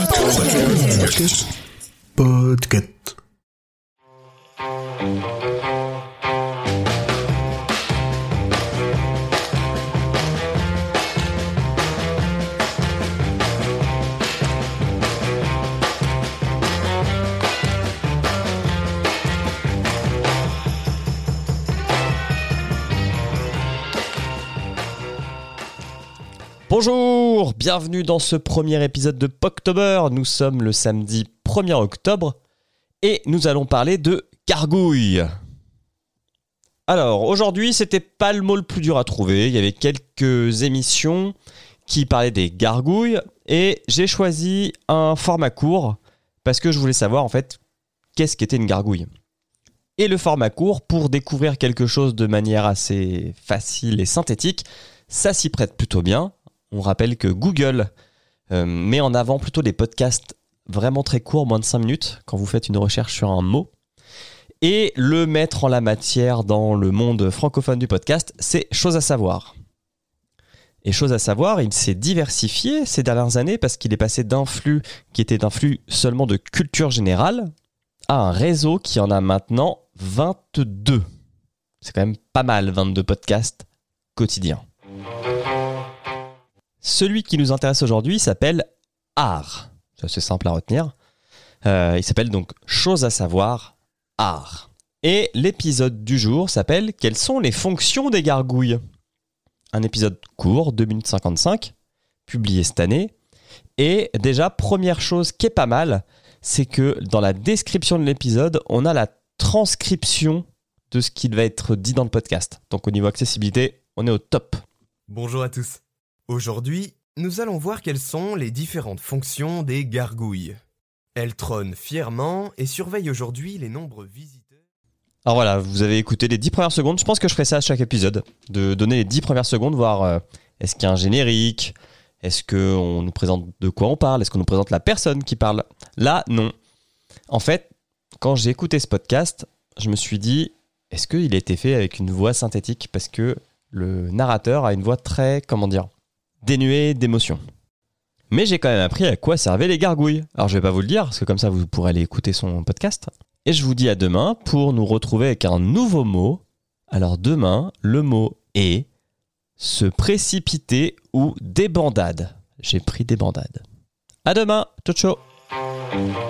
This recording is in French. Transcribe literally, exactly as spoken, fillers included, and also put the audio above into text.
Podcast. Podcast. Bonjour, bienvenue dans ce premier épisode de Poctober. Nous sommes le samedi premier octobre et nous allons parler de gargouilles. Alors aujourd'hui, c'était pas le mot le plus dur à trouver. Il y avait quelques émissions qui parlaient des gargouilles et j'ai choisi un format court parce que je voulais savoir en fait qu'est-ce qu'était une gargouille. Et le format court, pour découvrir quelque chose de manière assez facile et synthétique, ça s'y prête plutôt bien. On rappelle que Google euh, met en avant plutôt des podcasts vraiment très courts, moins de cinq minutes, quand vous faites une recherche sur un mot. Et le maître en la matière dans le monde francophone du podcast, c'est Chose à savoir. Et Chose à savoir, il s'est diversifié ces dernières années parce qu'il est passé d'un flux qui était un flux seulement de culture générale à un réseau qui en a maintenant vingt-deux. C'est quand même pas mal, vingt-deux podcasts quotidiens. Celui qui nous intéresse aujourd'hui s'appelle Art. C'est assez simple à retenir. Euh, il s'appelle donc Chose à savoir, Art. Et l'épisode du jour s'appelle Quelles sont les fonctions des gargouilles ? Un épisode court, deux minutes cinquante-cinq, publié cette année. Et déjà, première chose qui est pas mal, c'est que dans la description de l'épisode, on a la transcription de ce qui va être dit dans le podcast. Donc au niveau accessibilité, on est au top. Bonjour à tous. Aujourd'hui, nous allons voir quelles sont les différentes fonctions des gargouilles. Elles trônent fièrement et surveillent aujourd'hui les nombreux visiteurs. Alors voilà, vous avez écouté les dix premières secondes. Je pense que je ferai ça à chaque épisode, de donner les dix premières secondes, voir euh, est-ce qu'il y a un générique, est-ce qu'on nous présente de quoi on parle, est-ce qu'on nous présente la personne qui parle. Là, non. En fait, quand j'ai écouté ce podcast, je me suis dit, est-ce qu'il a été fait avec une voix synthétique ? Parce que le narrateur a une voix très, comment dire, dénuée d'émotion. Mais j'ai quand même appris à quoi servaient les gargouilles. Alors je vais pas vous le dire, parce que comme ça vous pourrez aller écouter son podcast. Et je vous dis à demain pour nous retrouver avec un nouveau mot. Alors demain, le mot est se précipiter ou débandade. J'ai pris débandade. À demain, ciao ciao.